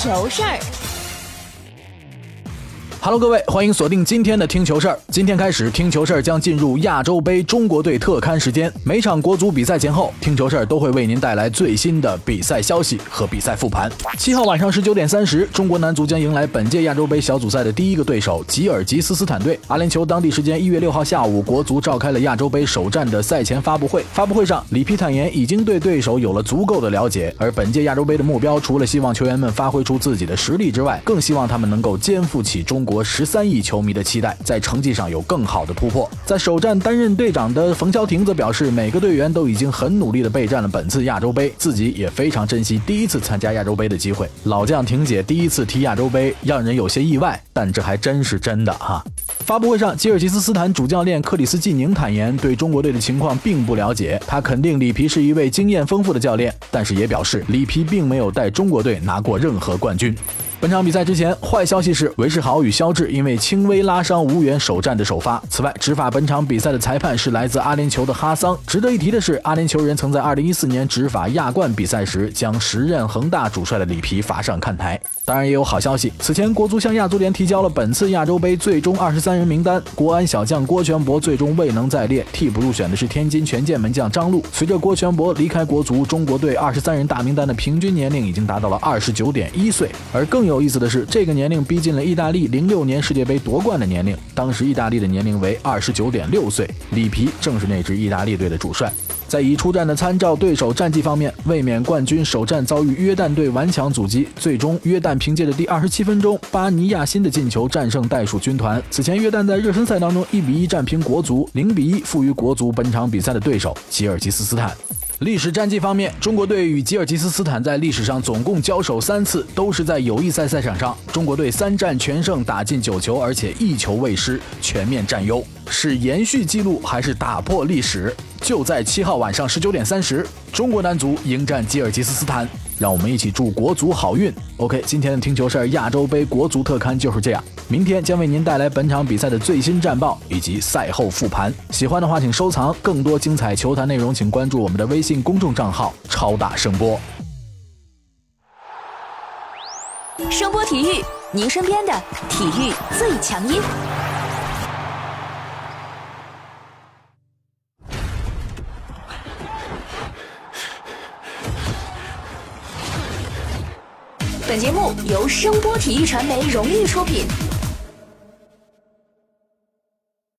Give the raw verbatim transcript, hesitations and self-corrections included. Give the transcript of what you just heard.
球事儿。 Hello， 各位，欢迎锁定今天的听球事儿。今天开始，听球事儿将进入亚洲杯中国队特刊时间。每场国足比赛前后，听球事儿都会为您带来最新的比赛消息和比赛复盘。七号晚上十九点三十，中国男足将迎来本届亚洲杯小组赛的第一个对手吉尔吉斯斯坦队。阿联酋当地时间一月六号下午，国足召开了亚洲杯首战的赛前发布会。发布会上，里皮坦言已经对对手有了足够的了解，而本届亚洲杯的目标，除了希望球员们发挥出自己的实力之外，更希望他们能够肩负起中国国十三亿球迷的期待，在成绩上有更好的突破。在首战担任队长的冯潇霆则表示，每个队员都已经很努力地备战了本次亚洲杯，自己也非常珍惜第一次参加亚洲杯的机会。老将霆姐第一次踢亚洲杯，让人有些意外，但这还真是真的哈。发布会上，吉尔吉斯斯坦主教练克里斯季宁坦言，对中国队的情况并不了解。他肯定里皮是一位经验丰富的教练，但是也表示里皮并没有带中国队拿过任何冠军。本场比赛之前，坏消息是韦世豪与肖智因为轻微拉伤无缘首战的首发。此外，执法本场比赛的裁判是来自阿联酋的哈桑。值得一提的是，阿联酋人曾在二零一四年执法亚冠比赛时，将时任恒大主帅的里皮罚上看台。当然也有好消息，此前国足向亚足联提交了本次亚洲杯最终二十三人名单，国安小将郭全博最终未能在列，替补入选的是天津权健门将张路。随着郭全博离开国足，中国队二十三人大名单的平均年龄已经达到了二十九点一岁，而更有有意思的是，这个年龄逼近了意大利零六年世界杯夺冠的年龄，当时意大利的年龄为二十九点六岁，里皮正是那支意大利队的主帅。在已出战的参照对手战绩方面，卫冕冠军首战遭遇约旦队顽强阻击，最终约旦凭借着第二十七分钟巴尼亚辛的进球战胜袋鼠军团。此前约旦在热身赛当中一比一战平国足，零比一负于国足本场比赛的对手吉尔吉斯斯坦。历史战绩方面，中国队与吉尔吉斯斯坦在历史上总共交手三次，都是在友谊赛赛场上。中国队三战全胜，打进九球，而且一球未失，全面占优。是延续纪录还是打破历史？就在七号晚上十九点三十，中国男足迎战吉尔吉斯斯坦。让我们一起祝国足好运。 OK， 今天的听球事儿亚洲杯国足特刊就是这样，明天将为您带来本场比赛的最新战报以及赛后复盘。喜欢的话请收藏，更多精彩球坛内容请关注我们的微信公众账号超大声波。 声波体育，您身边的体育最强音。本节目由声波体育传媒荣誉出品。